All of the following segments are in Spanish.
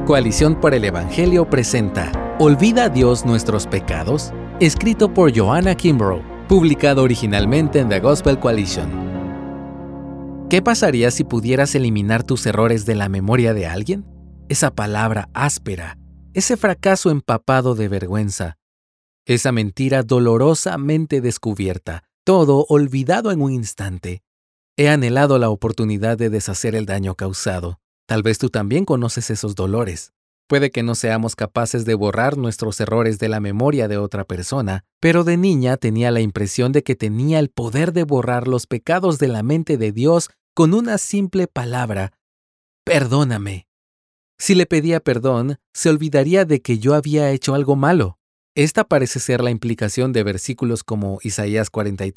Coalición por el Evangelio presenta ¿Olvida Dios nuestros pecados? Escrito por Joanna Kimbrough, publicado originalmente en The Gospel Coalition. ¿Qué pasaría si pudieras eliminar tus errores de la memoria de alguien? Esa palabra áspera, ese fracaso empapado de vergüenza, esa mentira dolorosamente descubierta, todo olvidado en un instante. He anhelado la oportunidad de deshacer el daño causado. Tal vez tú también conoces esos dolores. Puede que no seamos capaces de borrar nuestros errores de la memoria de otra persona, pero de niña tenía la impresión de que tenía el poder de borrar los pecados de la mente de Dios con una simple palabra: perdóname. Si le pedía perdón, se olvidaría de que yo había hecho algo malo. Esta parece ser la implicación de versículos como Isaías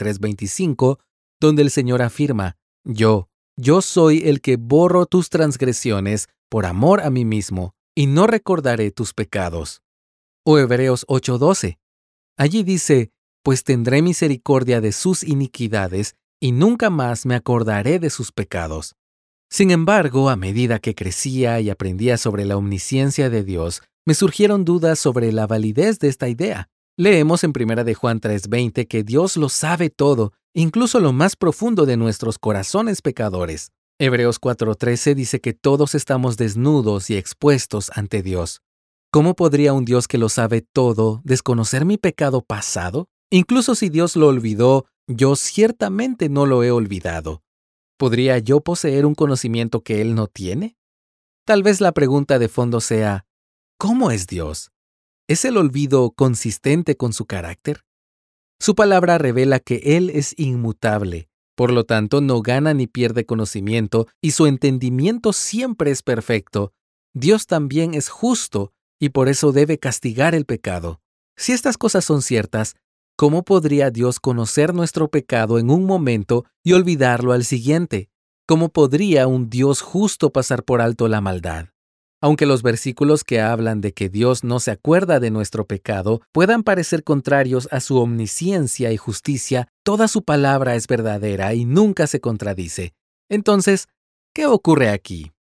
43:25, donde el Señor afirma: Yo soy el que borro tus transgresiones por amor a mí mismo, y no recordaré tus pecados. O Hebreos 8:12. Allí dice: Pues tendré misericordia de sus iniquidades, y nunca más me acordaré de sus pecados. Sin embargo, a medida que crecía y aprendía sobre la omnisciencia de Dios, me surgieron dudas sobre la validez de esta idea. Leemos en 1 de Juan 3:20 que Dios lo sabe todo, incluso lo más profundo de nuestros corazones pecadores. Hebreos 4:13 dice que todos estamos desnudos y expuestos ante Dios. ¿Cómo podría un Dios que lo sabe todo desconocer mi pecado pasado? Incluso si Dios lo olvidó, yo ciertamente no lo he olvidado. ¿Podría yo poseer un conocimiento que Él no tiene? Tal vez la pregunta de fondo sea: ¿cómo es Dios? ¿Es el olvido consistente con su carácter? Su palabra revela que Él es inmutable, por lo tanto no gana ni pierde conocimiento y su entendimiento siempre es perfecto. Dios también es justo y por eso debe castigar el pecado. Si estas cosas son ciertas, ¿cómo podría Dios conocer nuestro pecado en un momento y olvidarlo al siguiente? ¿Cómo podría un Dios justo pasar por alto la maldad? Aunque los versículos que hablan de que Dios no se acuerda de nuestro pecado puedan parecer contrarios a su omnisciencia y justicia, toda su palabra es verdadera y nunca se contradice. Entonces, ¿qué ocurre aquí?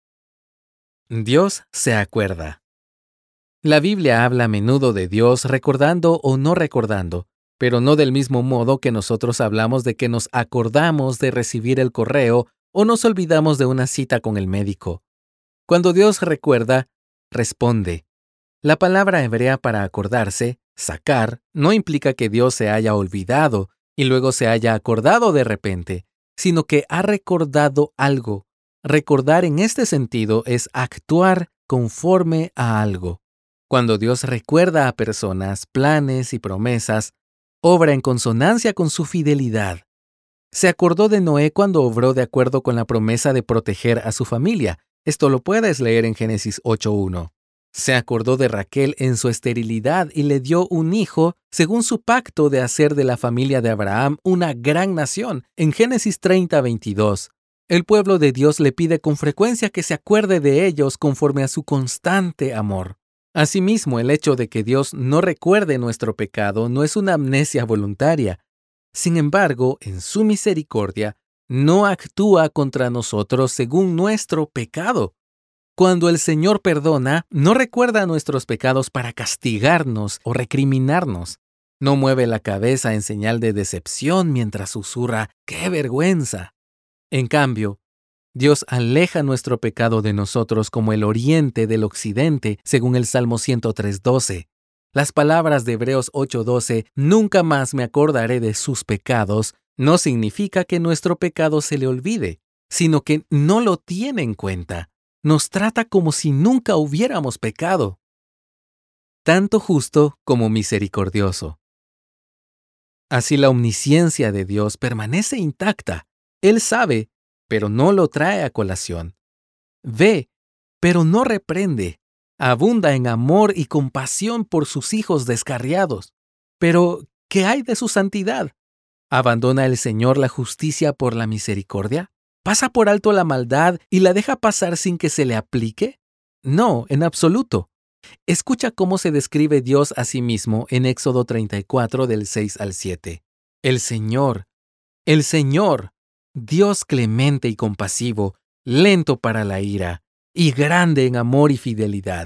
Dios se acuerda. La Biblia habla a menudo de Dios recordando o no recordando, pero no del mismo modo que nosotros hablamos de que nos acordamos de recibir el correo o nos olvidamos de una cita con el médico. Cuando Dios recuerda, responde. La palabra hebrea para acordarse, sakar, no implica que Dios se haya olvidado y luego se haya acordado de repente, sino que ha recordado algo. Recordar en este sentido es actuar conforme a algo. Cuando Dios recuerda a personas, planes y promesas, obra en consonancia con su fidelidad. Se acordó de Noé cuando obró de acuerdo con la promesa de proteger a su familia. Esto lo puedes leer en Génesis 8:1. Se acordó de Raquel en su esterilidad y le dio un hijo según su pacto de hacer de la familia de Abraham una gran nación en Génesis 30:22. El pueblo de Dios le pide con frecuencia que se acuerde de ellos conforme a su constante amor. Asimismo, el hecho de que Dios no recuerde nuestro pecado no es una amnesia voluntaria. Sin embargo, en su misericordia, no actúa contra nosotros según nuestro pecado. Cuando el Señor perdona, no recuerda nuestros pecados para castigarnos o recriminarnos. No mueve la cabeza en señal de decepción mientras susurra: ¡qué vergüenza! En cambio, Dios aleja nuestro pecado de nosotros como el oriente del occidente, según el Salmo 103:12. Las palabras de Hebreos 8:12, nunca más me acordaré de sus pecados, no significa que nuestro pecado se le olvide, sino que no lo tiene en cuenta. Nos trata como si nunca hubiéramos pecado. Tanto justo como misericordioso. Así la omnisciencia de Dios permanece intacta. Él sabe, pero no lo trae a colación. Ve, pero no reprende. Abunda en amor y compasión por sus hijos descarriados. Pero, ¿qué hay de su santidad? ¿Abandona el Señor la justicia por la misericordia? ¿Pasa por alto la maldad y la deja pasar sin que se le aplique? No, en absoluto. Escucha cómo se describe Dios a sí mismo en Éxodo 34 del 6 al 7. El Señor, Dios clemente y compasivo, lento para la ira, y grande en amor y fidelidad,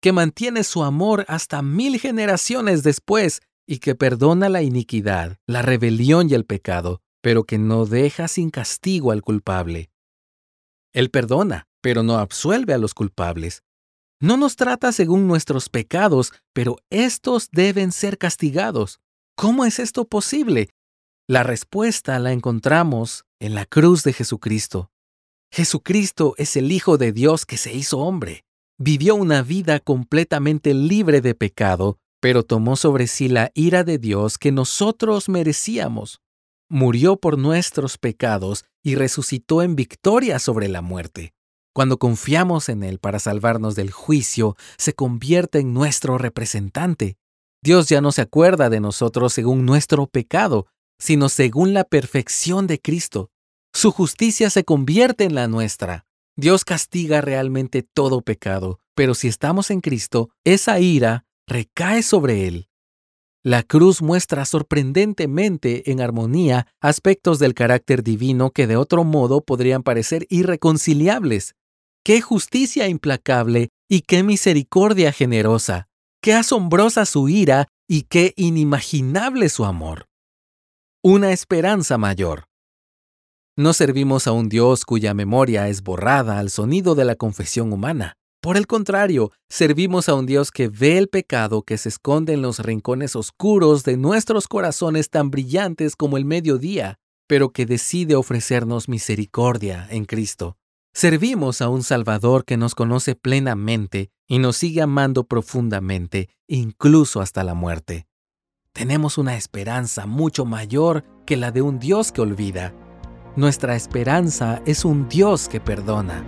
que mantiene su amor hasta 1000 generaciones después y que perdona la iniquidad, la rebelión y el pecado, pero que no deja sin castigo al culpable. Él perdona, pero no absuelve a los culpables. No nos trata según nuestros pecados, pero estos deben ser castigados. ¿Cómo es esto posible? La respuesta la encontramos en la cruz de Jesucristo. Jesucristo es el Hijo de Dios que se hizo hombre. Vivió una vida completamente libre de pecado, pero tomó sobre sí la ira de Dios que nosotros merecíamos. Murió por nuestros pecados y resucitó en victoria sobre la muerte. Cuando confiamos en Él para salvarnos del juicio, se convierte en nuestro representante. Dios ya no se acuerda de nosotros según nuestro pecado, sino según la perfección de Cristo. Su justicia se convierte en la nuestra. Dios castiga realmente todo pecado, pero si estamos en Cristo, esa ira recae sobre Él. La cruz muestra sorprendentemente en armonía aspectos del carácter divino que de otro modo podrían parecer irreconciliables. ¡Qué justicia implacable y qué misericordia generosa! ¡Qué asombrosa su ira y qué inimaginable su amor! Una esperanza mayor. No servimos a un Dios cuya memoria es borrada al sonido de la confesión humana. Por el contrario, servimos a un Dios que ve el pecado que se esconde en los rincones oscuros de nuestros corazones tan brillantes como el mediodía, pero que decide ofrecernos misericordia en Cristo. Servimos a un Salvador que nos conoce plenamente y nos sigue amando profundamente, incluso hasta la muerte. Tenemos una esperanza mucho mayor que la de un Dios que olvida. Nuestra esperanza es un Dios que perdona.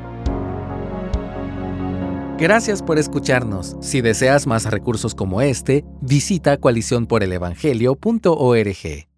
Gracias por escucharnos. Si deseas más recursos como este, visita coaliciónporelevangelio.org.